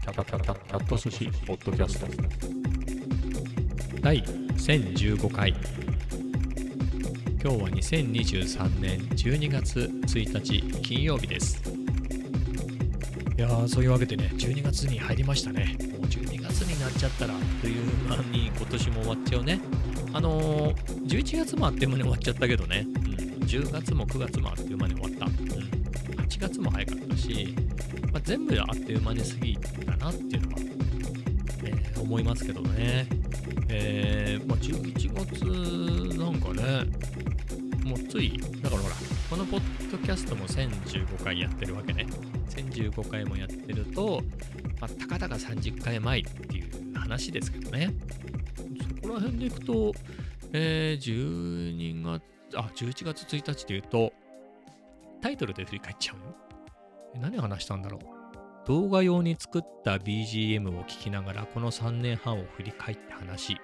キャット寿司ポッドキャスト第1015回。今日は2023年12月1日金曜日です。いやー、そういうわけでね、12月に入りましたね。もう12月になっちゃったらあっという間に今年も終わっちゃうね。11月もあっという間に終わっちゃったけどね、10月も9月もあっという間に終わった。8月も早かったし、全部あっという間に過ぎたなっていうのは、思いますけどね。11月なんかね、もうつい、だからほら、このポッドキャストも1015回やってるわけね。1015回もやってると、たかだか30回前っていう話ですけどね。そこら辺でいくと、11月1日で言うと、タイトルで振り返っちゃうよ。何話したんだろう。動画用に作った BGM を聞きながらこの3年半を振り返って話。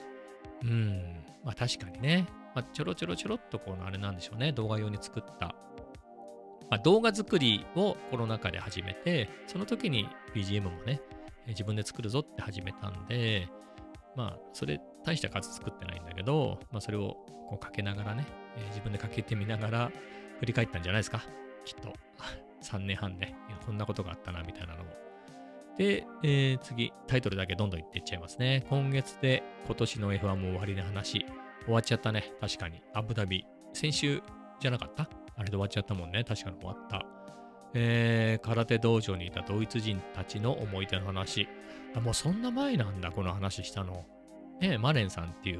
確かにね。ちょろっとこのあれなんでしょうね。動画用に作った。動画作りをコロナ禍で始めて、その時に BGM もね、自分で作るぞって始めたんで、それ大した数作ってないんだけど、それをこうかけながらね、自分でかけてみながら振り返ったんじゃないですか。きっと。3年半ね、こんなことがあったな、みたいなのも。で、次、タイトルだけどんどんいっていっちゃいますね。今月で今年の F1 も終わりの話。終わっちゃったね。確かに。アブダビ。先週じゃなかった？あれで終わっちゃったもんね。確かに終わった。空手道場にいたドイツ人たちの思い出の話。もうそんな前なんだ、この話したの。マレンさんっていう、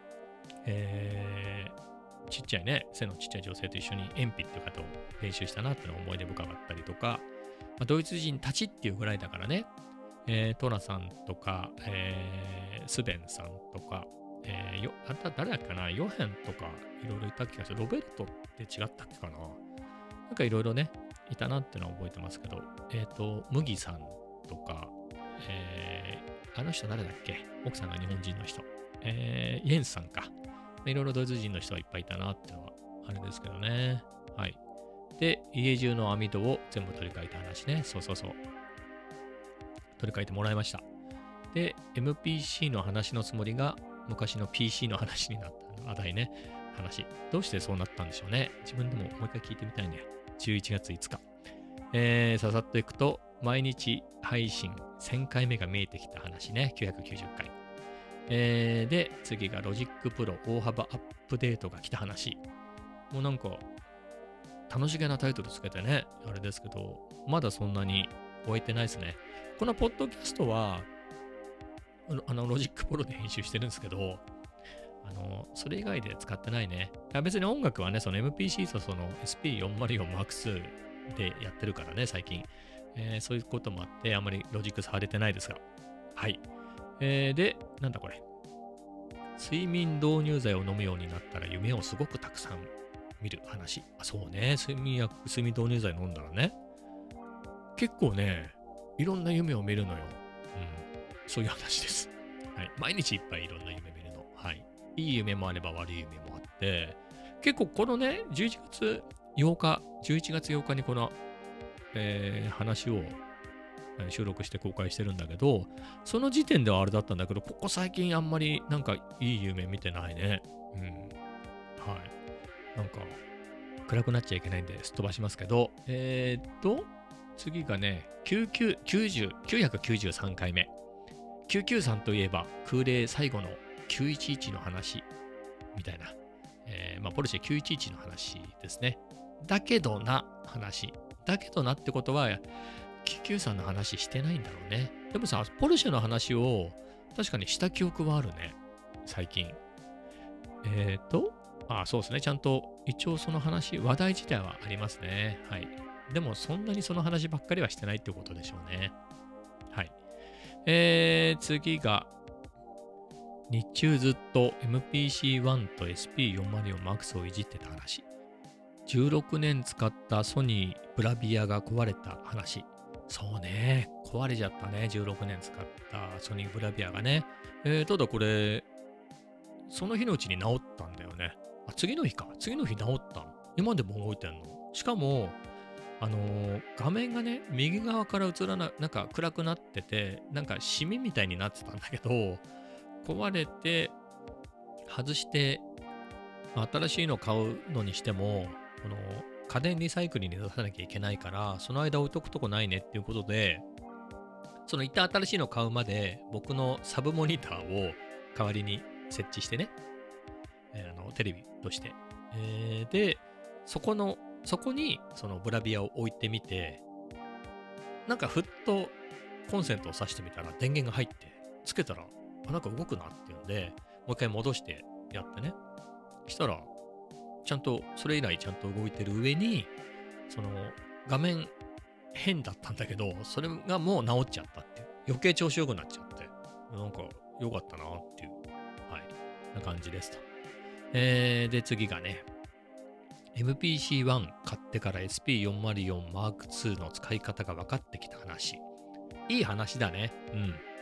ちっちゃいね、背のちっちゃい女性と一緒に鉛筆っていう方を練習したなっていうのが思い出深かったりとか、ドイツ人たちっていうぐらいだからね、トラさんとか、スベンさんとか、誰だっけかな、ヨヘンとかいろいろいた気がする。ロベルトって違ったっけかな。なんかいろいろね、いたなっていうのは覚えてますけど、麦さんとか、あの人誰だっけ、奥さんが日本人の人。イエンさんか。いろいろドイツ人の人はいっぱいいたなっていうのはあれですけどね。はい。で、家中の網戸を全部取り替えた話ね。そう。取り替えてもらいました。で、MPC の話のつもりが昔の PC の話になった話題ね。話。どうしてそうなったんでしょうね。自分でももう一回聞いてみたいね。11月5日。ささっといくと、毎日配信1000回目が見えてきた話ね。990回。で、次がロジックプロ大幅アップデートが来た話。もうなんか、楽しげなタイトルつけてね、あれですけど、まだそんなに終えてないですね。このポッドキャストは、ロジックプロで編集してるんですけど、それ以外で使ってないね。別に音楽はね、その MPC とその SP404M2 でやってるからね、最近。そういうこともあって、あんまりロジック触れてないですが。はい。で、なんだこれ。睡眠導入剤を飲むようになったら夢をすごくたくさん見る話。そうね。睡眠導入剤飲んだらね。結構ね、いろんな夢を見るのよ。そういう話です。はい。毎日いっぱいいろんな夢見るの。はい。いい夢もあれば悪い夢もあって、結構このね、11月8日にこの、話を収録して公開してるんだけど、その時点ではあれだったんだけど、ここ最近あんまりなんかいい夢見てないね。はい。なんか、暗くなっちゃいけないんですっ飛ばしますけど、次がね、993回目。993といえば、空冷最後の911の話、みたいな。ポルシェ911の話ですね。だけどな話。だけどなってことは、993の話してないんだろうね。でもさ、ポルシェの話を確かにした記憶はあるね。最近。そうですね。ちゃんと一応その話、話題自体はありますね。はい。でもそんなにその話ばっかりはしてないってことでしょうね。はい。次が、日中ずっと MPC-1 と SP404MAX をいじってた話。16年使ったソニーブラビアが壊れた話。そうね。壊れちゃったね。16年使ったソニーブラビアがね。ただこれ、その日のうちに治ったんだよね。次の日治ったの。今でも動いてんの。しかも、 画面がね、右側から映らない、なんか暗くなってて、なんかシミみたいになってたんだけど、壊れて、外して、新しいの買うのにしても、この家電リサイクルに出さなきゃいけないから、その間置いとくとこないねっていうことで、その一旦新しいの買うまで、僕のサブモニターを代わりに設置してね、テレビとして。で、そこにそのブラビアを置いてみて、なんかふっとコンセントを挿してみたら電源が入って、つけたら、なんか動くなっていうんで、もう一回戻してやってね。したら、ちゃんと、それ以来ちゃんと動いてる上に、その画面変だったんだけど、それがもう治っちゃったっていう。余計調子良くなっちゃって、なんか良かったなっていう、はい、な感じですと。で、次がね、MPC-1 買ってから SP404 Mark II の使い方が分かってきた話。いい話だね。うん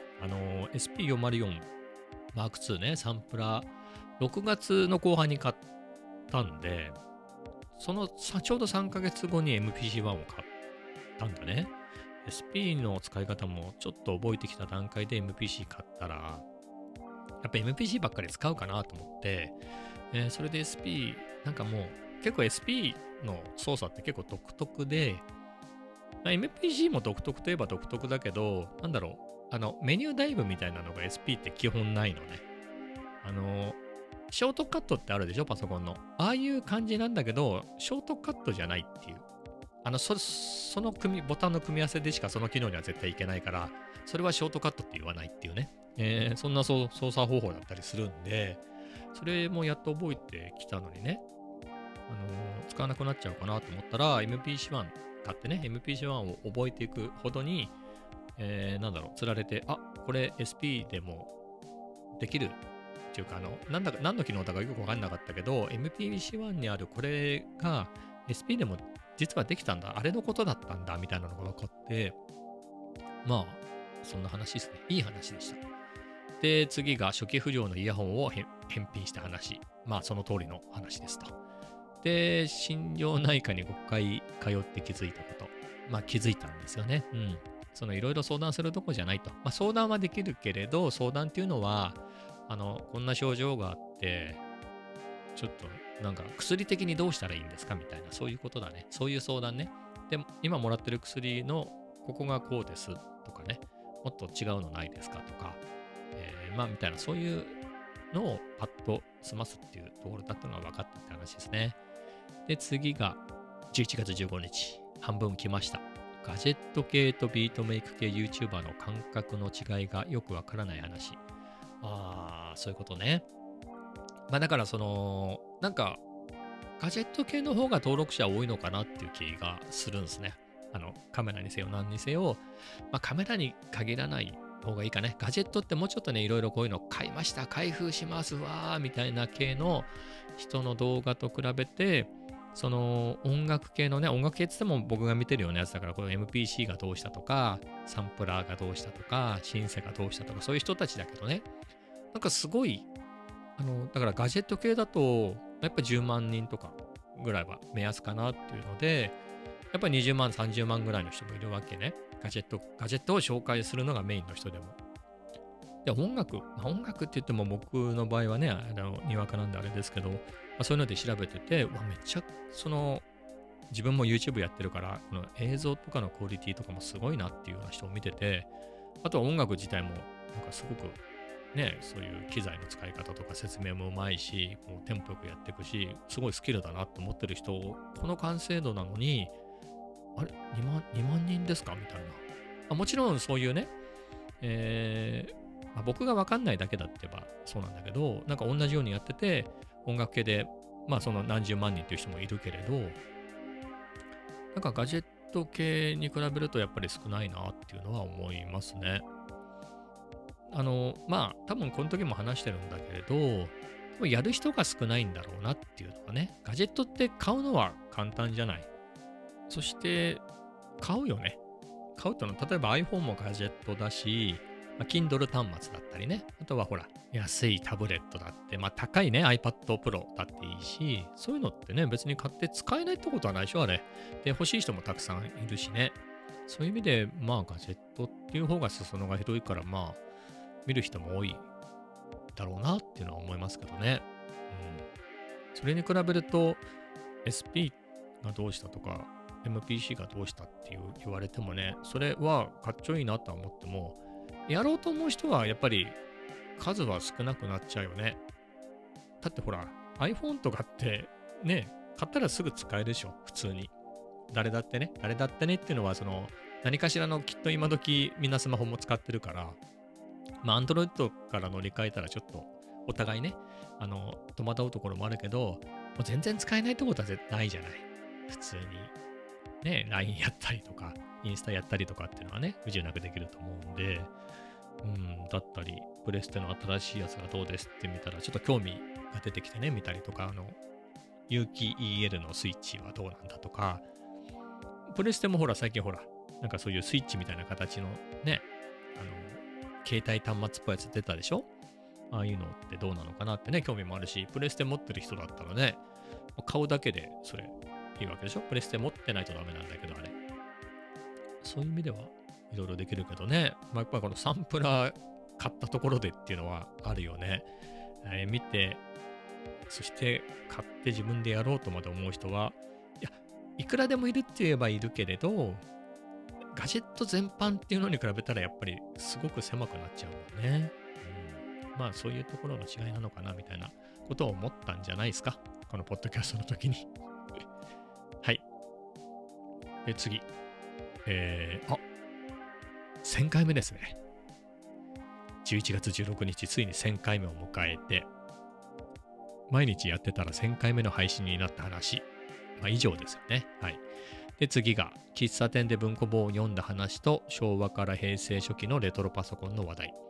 。SP404 Mark II ね、サンプラー、6月の後半に買ったんで、ちょうど3ヶ月後に MPC-1 を買ったんだね。SP の使い方もちょっと覚えてきた段階で MPC 買ったら、やっぱ MPC ばっかり使うかなと思って、それで SP、なんかもう結構 SP の操作って結構独特で、MPC も独特といえば独特だけど、なんだろう、メニューダイブみたいなのが SP って基本ないのね。ショートカットってあるでしょ、パソコンの。ああいう感じなんだけど、ショートカットじゃないっていう。そのボタンの組み合わせでしかその機能には絶対いけないから、それはショートカットって言わないっていうね。そんな操作方法だったりするんで、それもやっと覚えてきたのにね、使わなくなっちゃうかなと思ったら、MPC-1 買ってね、MPC-1 を覚えていくほどに、つられて、これ SP でもできるっていうか、何の機能だかよくわかんなかったけど、MPC-1 にあるこれが SP でも実はできたんだ、あれのことだったんだ、みたいなのが分かって、まあ、そんな話ですね。いい話でした。で、次が初期不良のイヤホンを返品した話。まあ、その通りの話ですと。で、心療内科に5回通って気づいたこと。まあ、気づいたんですよね。うん。いろいろ相談するとこじゃないと。まあ、相談はできるけれど、相談っていうのは、こんな症状があって、ちょっと、なんか、薬的にどうしたらいいんですかみたいな、そういうことだね。そういう相談ね。で、今もらってる薬の、ここがこうですとかね、もっと違うのないですかとか、まあ、みたいな、そういうのをパッと済ますっていうところだったのが分かったって話ですね。で、次が、11月15日、半分来ました。ガジェット系とビートメイク系 YouTuber の感覚の違いがよくわからない話。そういうことね。まあだからなんか、ガジェット系の方が登録者多いのかなっていう気がするんですね。カメラにせよ何にせよ、まあカメラに限らない方がいいかね。ガジェットってもうちょっとね、いろいろこういうの買いました、開封しますわーみたいな系の人の動画と比べて、音楽系のね、音楽系って言っても僕が見てるようなやつだから、この MPC がどうしたとか、サンプラーがどうしたとか、シンセがどうしたとか、そういう人たちだけどね、なんかすごい、だからガジェット系だと、やっぱ10万人とかぐらいは目安かなっていうので、やっぱり20万、30万ぐらいの人もいるわけね。ガジェットを紹介するのがメインの人でも。で、音楽って言っても僕の場合はね、にわかなんであれですけど、そういうので調べてて、めっちゃ、自分も YouTube やってるから、この映像とかのクオリティとかもすごいなっていうような人を見てて、あとは音楽自体も、なんかすごく、ね、そういう機材の使い方とか説明もうまいし、もうテンポよくやっていくし、すごいスキルだなって思ってる人、この完成度なのに、あれ 2万人ですかみたいな。もちろんそういうね、僕が分かんないだけだって言えばそうなんだけど、なんか同じようにやってて、音楽系で、その何十万人っていう人もいるけれど、なんかガジェット系に比べるとやっぱり少ないなっていうのは思いますね。多分この時も話してるんだけれど、やる人が少ないんだろうなっていうのはね、ガジェットって買うのは簡単じゃない。そして、買うよね。買うと例えば iPhone もガジェットだし、 Kindle 端末だったりね。あとはほら、安いタブレットだって、高いね、iPad Pro だっていいし、そういうのってね、別に買って使えないってことはないでしょ、あれ。で、欲しい人もたくさんいるしね。そういう意味で、ガジェットっていう方が裾野が広いから、見る人も多いだろうなっていうのは思いますけどね。それに比べると、SP がどうしたとか、MPC がどうしたって言われてもね、それはかっちょいいなとは思っても、やろうと思う人はやっぱり数は少なくなっちゃうよね。だってほら、iPhone とかってね、買ったらすぐ使えるでしょ、普通に。誰だってねっていうのは、何かしらのきっと今時みんなスマホも使ってるから、Android から乗り換えたらちょっとお互いね、戸惑うところもあるけど、もう全然使えないってことは絶対ないじゃない。普通に。ね、LINE やったりとか、インスタやったりとかっていうのはね、不自由なくできると思うんで、だったり、プレステの新しいやつがどうですって見たら、ちょっと興味が出てきてね、見たりとか、有機 EL のスイッチはどうなんだとか、プレステもほら、最近ほら、なんかそういうスイッチみたいな形のね、携帯端末っぽいやつ出たでしょ？ああいうのってどうなのかなってね、興味もあるし、プレステ持ってる人だったらね、買うだけでそれいいわけでしょ？プレステ持ってないとダメなんだけど、あれ。そういう意味ではいろいろできるけどね、やっぱりこのサンプラー買ったところでっていうのはあるよね。見て、そして買って自分でやろうとまで思う人は、いくらでもいるって言えばいるけれど、ガジェット全般っていうのに比べたらやっぱりすごく狭くなっちゃうもんね。そういうところの違いなのかなみたいなことを思ったんじゃないですか。このポッドキャストの時に。はい。で、次。1000回目ですね。11月16日、ついに1000回目を迎えて、毎日やってたら1000回目の配信になった話。以上ですよね。はい。で、次が、喫茶店で文庫本を読んだ話と、昭和から平成初期のレトロパソコンの話題。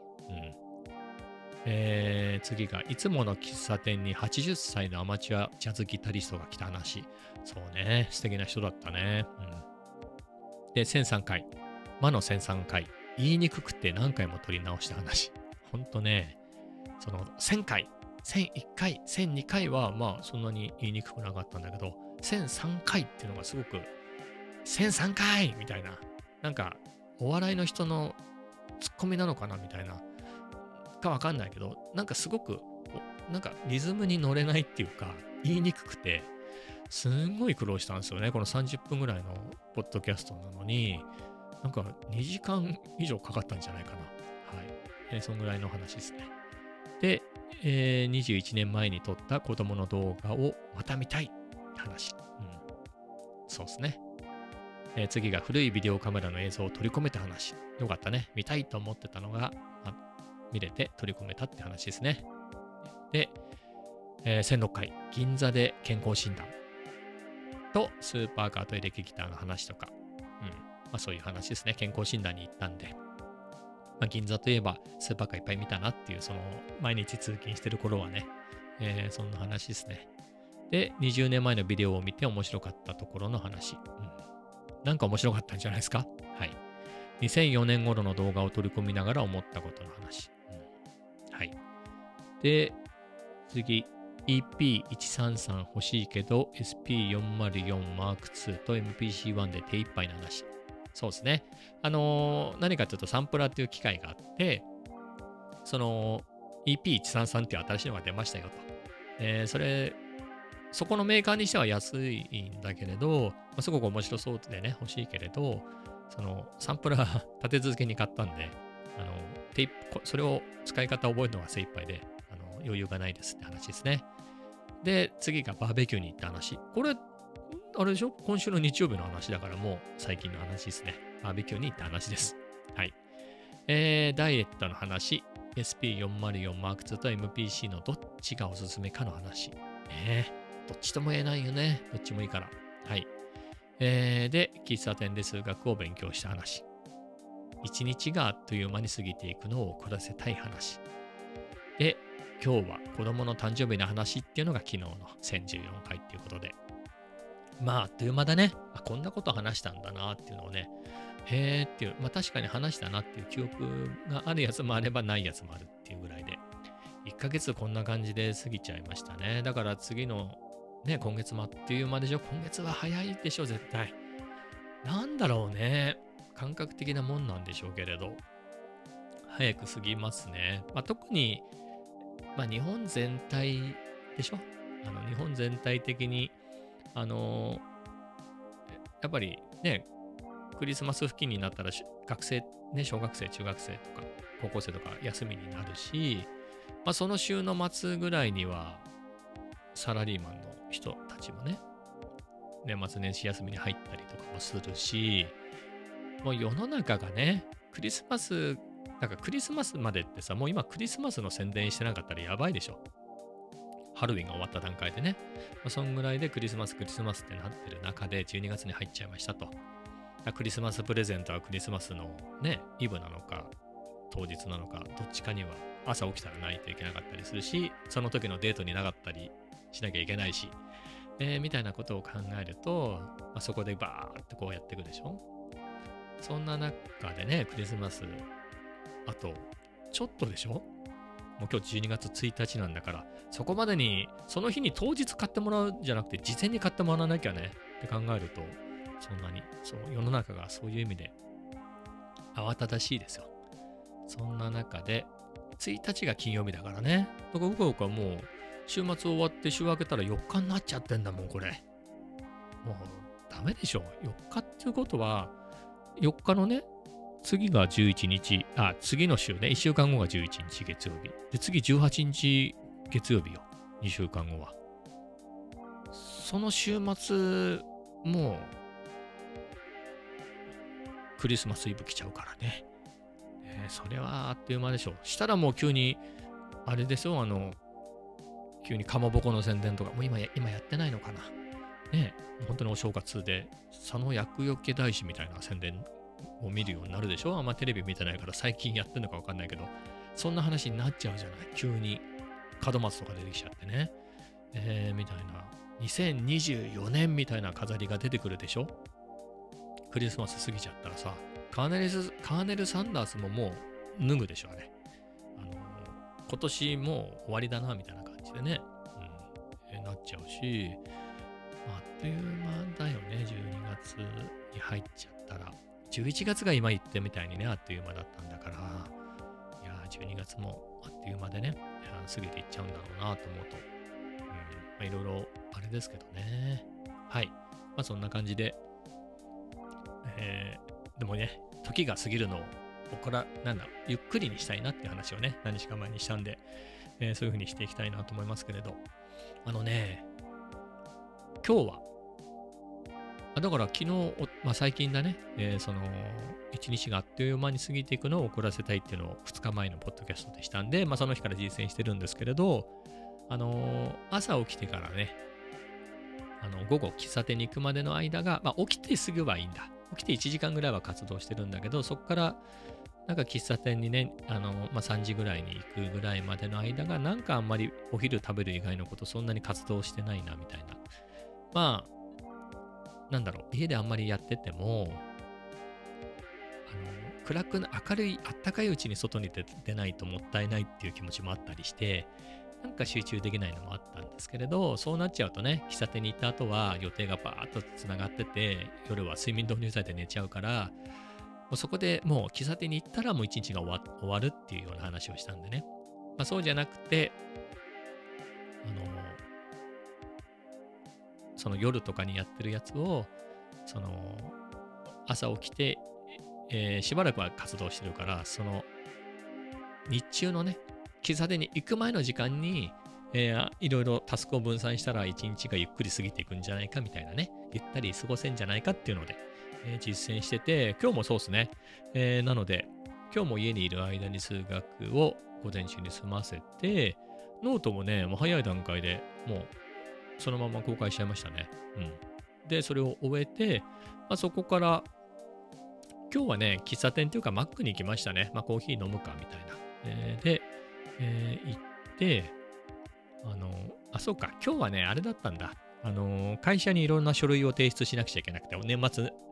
次が、いつもの喫茶店に80歳のアマチュアジャズギタリストが来た話。そうね、素敵な人だったね。で、1003回。魔の1003回。言いにくくて何回も撮り直した話。ほんとね、その1000回、1001回、1002回はそんなに言いにくくなかったんだけど、1003回っていうのがすごく、1003回みたいな。なんか、お笑いの人のツッコミなのかなみたいな。かわかんないけど、なんかすごく、なんかリズムに乗れないっていうか、言いにくくて、すんごい苦労したんですよね。この30分ぐらいのポッドキャストなのに、なんか2時間以上かかったんじゃないかな。はい。そんぐらいの話ですね。で、21年前に撮った子供の動画をまた見たい話。そうですね。次が古いビデオカメラの映像を取り込めた話。よかったね。見たいと思ってたのが、見れて取り込めたって話ですね。で、1006回、銀座で健康診断とスーパーカートエレキギターの話とか、そういう話ですね。健康診断に行ったんで、銀座といえばスーパーカーいっぱい見たなっていう、その毎日通勤してる頃はね、そんな話ですね。で、20年前のビデオを見て面白かったところの話。なんか面白かったんじゃないですか？はい。2004年頃の動画を取り込みながら思ったことの話。はい。で、次、EP133 欲しいけど SP404 M2 と MPC1 で手一杯の話。そうですね。何かというとサンプラーっていう機械があって、その EP133 っていう新しいのが出ましたよと。そこのメーカーにしては安いんだけれど、すごく面白そうでね、欲しいけれど、そのサンプラー立て続けに買ったんで、それを使い方を覚えるのが精一杯で、余裕がないですって話ですね。で、次がバーベキューに行った話。これ、あれでしょ？今週の日曜日の話だからもう最近の話ですね。バーベキューに行った話です。はい。ダイエットの話。SP404 M2 と MPC のどっちがおすすめかの話。どっちとも言えないよね。どっちもいいから。はい。で、喫茶店で数学を勉強した話。一日があっという間に過ぎていくのを遅らせたい話。で、今日は子供の誕生日の話っていうのが昨日の1014回っていうことで。あっという間だね。こんなこと話したんだなっていうのをね、 へーっていう、まあ確かに話したなっていう記憶があるやつもあればないやつもあるっていうぐらいで、1ヶ月こんな感じで過ぎちゃいましたね。だから次のね、今月もあっという間でしょ。今月は早いでしょ、絶対。なんだろうね。感覚的なもんなんでしょうけれど、早く過ぎますね。まあ、特に、まあ、日本全体でしょ。日本全体的に、あのやっぱりね、クリスマス付近になったら学生、ね、小学生、中学生とか、高校生とか休みになるし、まあ、その週の末ぐらいには、サラリーマンの人たちもね、年末年始休みに入ったりとかもするし、もう世の中がね、クリスマス、なんかクリスマスまでってさ、もう今クリスマスの宣伝してなかったらやばいでしょ。ハロウィンが終わった段階でね。まあ、そんぐらいでクリスマスってなってる中で12月に入っちゃいましたと。クリスマスプレゼントはクリスマスのね、イブなのか、当日なのか、どっちかには朝起きたらないといけなかったりするし、その時のデートになかったりしなきゃいけないし、みたいなことを考えると、まあ、そこでバーってこうやっていくでしょ。そんな中でね、クリスマス、あと、ちょっとでしょ。もう今日12月1日なんだから、そこまでに、その日に当日買ってもらうんじゃなくて、事前に買ってもらわなきゃね、って考えると、そんなに、世の中がそういう意味で、慌ただしいですよ。そんな中で、1日が金曜日だからね。だから僕はもう、週末終わって週明けたら4日になっちゃってんだもん、これ。もう、ダメでしょ。4日っていうことは、4日のね、次が11日、次の週ね、1週間後が11日月曜日。で、次18日月曜日よ。2週間後は。その週末、もう、クリスマスイブ来ちゃうからね。それはあっという間でしょう。したらもう急に、あれですよ、急にかまぼこの宣伝とか、もう今やってないのかな。ね、本当にお正月で、佐野厄除け大師みたいな宣伝を見るようになるでしょ。あんまテレビ見てないから最近やってるのかわかんないけど、そんな話になっちゃうじゃない。急に門松とか出てきちゃってね。みたいな。2024年みたいな飾りが出てくるでしょ。クリスマス過ぎちゃったらさ、カーネル・サンダースももう脱ぐでしょ、あれ。今年もう終わりだな、みたいな感じでね。なっちゃうし、あっという間だよね、12月に入っちゃったら。11月が今言ってみたいにね、あっという間だったんだから、いやー、12月もあっという間でね、過ぎていっちゃうんだろうなと思うと、いろいろあれですけどね。はい。まあそんな感じで、でもね、時が過ぎるのを、ゆっくりにしたいなっていう話をね、何日か前にしたんで、そういう風にしていきたいなと思いますけれど、今日は、だから昨日、最近だね、一日があっという間に過ぎていくのを遅らせたいっていうのを2日前のポッドキャストでしたんで、その日から実践してるんですけれど、朝起きてからね、午後喫茶店に行くまでの間が、起きてすぐはいいんだ。起きて1時間ぐらいは活動してるんだけど、そこからなんか喫茶店にね、3時ぐらいに行くぐらいまでの間が、なんかあんまりお昼食べる以外のことそんなに活動してないなみたいな。家であんまりやってても、明るい、あったかいうちに外に出ないともったいないっていう気持ちもあったりして、なんか集中できないのもあったんですけれど、そうなっちゃうとね、喫茶店に行った後は予定がバーッとつながってて、夜は睡眠導入剤で寝ちゃうから、もうそこでもう喫茶店に行ったらもう一日が終わるっていうような話をしたんでね。そうじゃなくて、その夜とかにやってるやつを、朝起きて、しばらくは活動してるから、日中のね、喫茶店に行く前の時間に、いろいろタスクを分散したら一日がゆっくり過ぎていくんじゃないかみたいなね、ゆったり過ごせんじゃないかっていうので、実践してて、今日もそうですね。なので、今日も家にいる間に数学を午前中に済ませて、ノートもね、もう早い段階でもうそのまま公開しちゃいましたね。で、それを終えて、そこから、今日はね、喫茶店っていうかマックに行きましたね。コーヒー飲むかみたいな。で、行って、そうか、今日はね、あれだったんだ。会社にいろんな書類を提出しなくちゃいけなくて、年末、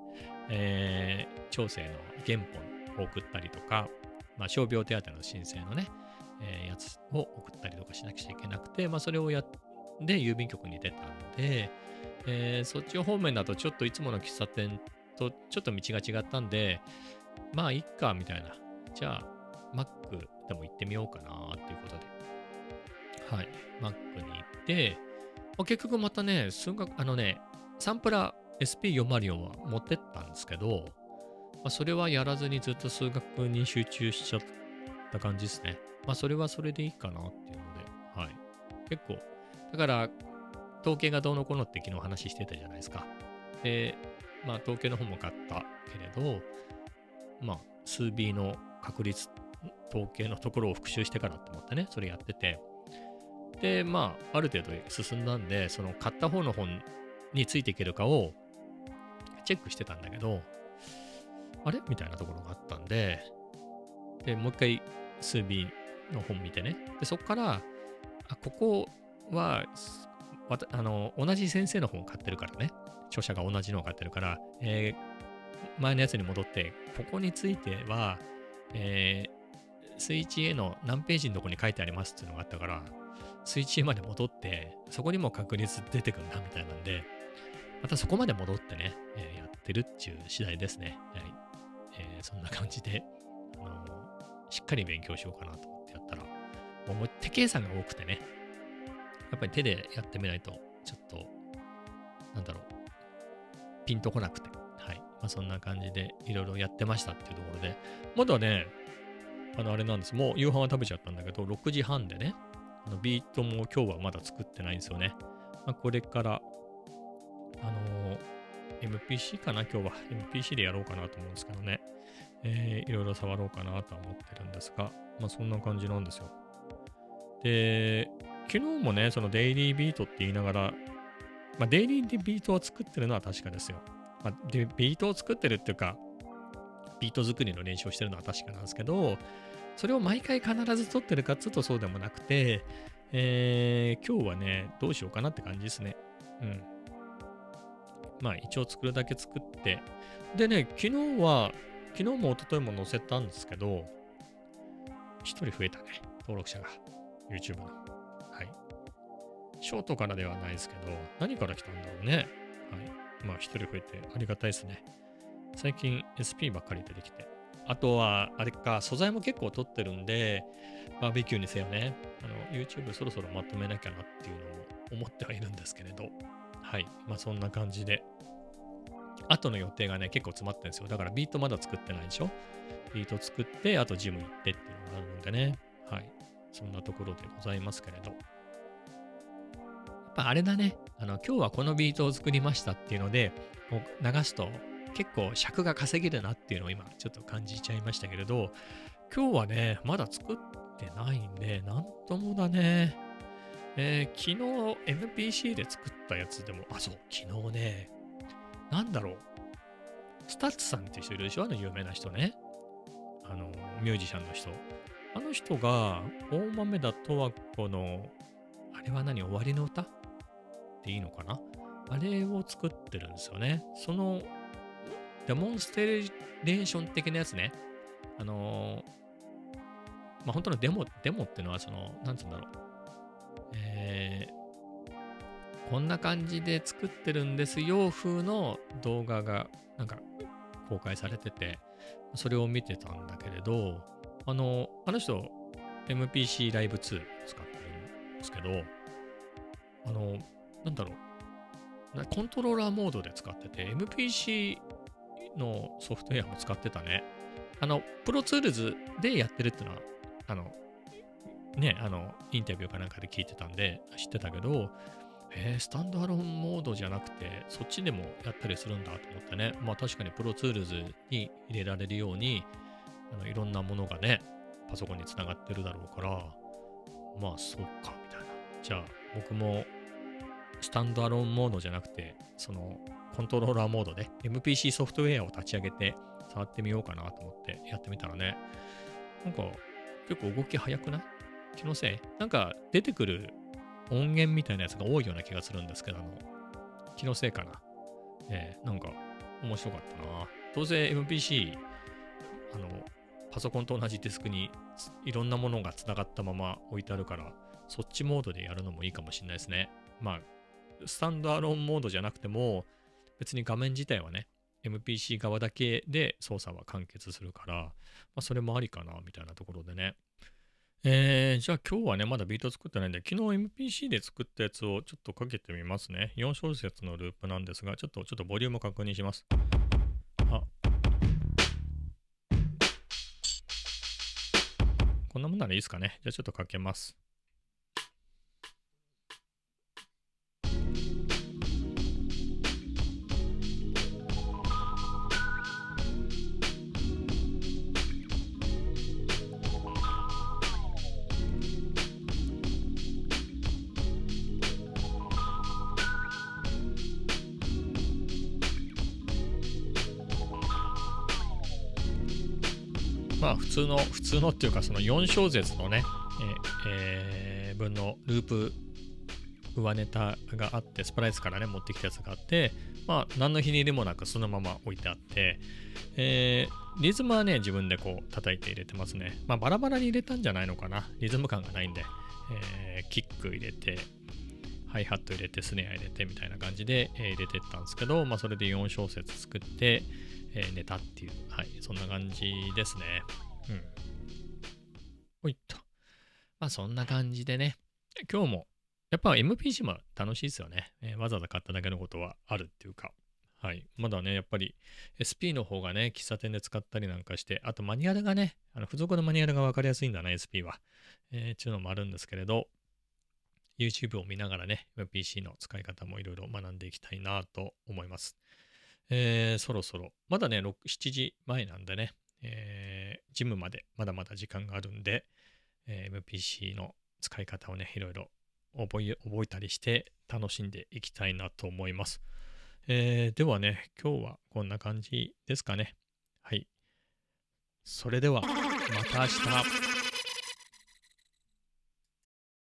調整の原本を送ったりとか、傷病手当の申請のね、やつを送ったりとかしなくちゃいけなくて、それをやって郵便局に出たんで、そっち方面だとちょっといつもの喫茶店とちょっと道が違ったんで、いっか、みたいな。じゃあ、マックでも行ってみようかな、っていうことで。はい。マックに行って、結局またね、サンプラ SP404 は持ってったんですけど、それはやらずにずっと数学に集中しちゃった感じですね。それはそれでいいかなっていうので、はい。結構、だから、統計がどうのこうのって昨日話してたじゃないですか。で、統計の方も買ったけれど、数 B の確率、統計のところを復習してからと思ってね、それやってて、で、ある程度進んだんで、その買った方の本についていけるかをチェックしてたんだけど、あれみたいなところがあったんで、もう一回数 B の本見てね。で、そこから、ここは、同じ先生の本を買ってるからね。著者が同じのを買ってるから、前のやつに戻って、ここについては、スイッチ A の何ページのとこに書いてありますっていうのがあったから、スイッチ A まで戻って、そこにも確率出てくるなみたいなんで、またそこまで戻ってね、やってるっていう次第ですね。はい。そんな感じで、しっかり勉強しようかなと思ってやったら、もう手計算が多くてね、やっぱり手でやってみないと、ちょっと、ピンとこなくて、はい。そんな感じでいろいろやってましたっていうところで、まだね、あれなんです。もう夕飯は食べちゃったんだけど、6時半でね、ビートも今日はまだ作ってないんですよね。これから、MPC かな今日は。MPC でやろうかなと思うんですけどね。いろいろ触ろうかなとは思ってるんですが、そんな感じなんですよ。で、昨日もね、そのデイリービートって言いながら、デイリーでビートを作ってるのは確かですよ。で、ビートを作ってるっていうか、ビート作りの練習をしてるのは確かなんですけど、それを毎回必ず撮ってるかっつうとそうでもなくて、今日はね、どうしようかなって感じですね。うん。一応作るだけ作って。でね、昨日も一昨日も載せたんですけど、一人増えたね。登録者が。YouTube の。はい。ショートからではないですけど、何から来たんだろうね。はい。一人増えてありがたいですね。最近 SP ばっかり出てきて。あとは、あれか、素材も結構撮ってるんで、バーベキューにせよね、YouTube そろそろまとめなきゃなっていうのも思ってはいるんですけれど、はい。そんな感じで。後の予定がね、結構詰まってるんですよ。だからビートまだ作ってないでしょ。ビート作って、あとジム行ってっていうのがあるんでね。はい。そんなところでございますけれど。やっぱあれだね。今日はこのビートを作りましたっていうので、流すと結構尺が稼げるなっていうのを今ちょっと感じちゃいましたけれど、今日はね、まだ作ってないんで、なんともだね。昨日 MPC で作ったやつでも、そう、昨日ね、スタッツさんっていう人いるでしょ有名な人ね。ミュージシャンの人。あの人が、大豆田十和子の、あれは終わりの歌っていいのかなあれを作ってるんですよね。その、デモンストレーション的なやつね。本当のデモっていうのは、なんつうんだろう。こんな感じで作ってるんですよ風の動画が公開されてて、それを見てたんだけれど、あの人 MPC ライブ2使ってるんですけど、コントローラーモードで使ってて、MPC のソフトウェアも使ってたね。プロツールズでやってるっていうのは、インタビューかなんかで聞いてたんで知ってたけど、スタンドアローンモードじゃなくて、そっちでもやったりするんだと思ってね。確かにプロツールズに入れられるように、いろんなものがね、パソコンにつながってるだろうから、そっか、みたいな。じゃあ、僕も、スタンドアローンモードじゃなくて、コントローラーモードで MPC ソフトウェアを立ち上げて、触ってみようかなと思ってやってみたらね、結構動き早くない？気のせい？出てくる音源みたいなやつが多いような気がするんですけど、気のせいかな。 面白かったな。当然 MPC、パソコンと同じディスクにいろんなものがつながったまま置いてあるから、そっちモードでやるのもいいかもしれないですね。まあ、スタンドアローンモードじゃなくても、別に画面自体はね、MPC 側だけで操作は完結するから、まあ、それもありかな、みたいなところでね。じゃあ今日はね、まだビート作ってないんで、昨日 MPC で作ったやつをちょっとかけてみますね。4小節のループなんですが、ちょっとボリューム確認します。あ、こんなもんならいいですかね。じゃあちょっとかけます。まあ普通のっていうかその4小節のね、分のループ上ネタがあって、スプライスからね持ってきたやつがあって、まあ何のひねりもなくそのまま置いてあって、リズムはね自分でこう叩いて入れてますね。まあバラバラに入れたんじゃないのかな。リズム感がないんで、キック入れて、ハイハット入れて、スネア入れてみたいな感じで、入れてったんですけど、まあそれで4小節作って、寝たっていう、はい、そんな感じですね。うん。ほいっと。まあそんな感じでね、今日も、やっぱ MPC も楽しいですよね。わざわざ買っただけのことはあるっていうか、はい。まだね、やっぱり SP の方がね、喫茶店で使ったりなんかして、あとマニュアルがね、付属のマニュアルが分かりやすいんだな、SP は。っていうのもあるんですけれど、YouTube を見ながらね、MPC の使い方もいろいろ学んでいきたいなと思います。そろそろ、まだね、6、7時前なんでね、ジムまでまだまだ時間があるんで、MPC の使い方をね、いろいろ覚えたりして楽しんでいきたいなと思います。ではね、今日はこんな感じですかね。はい。それでは、また明日。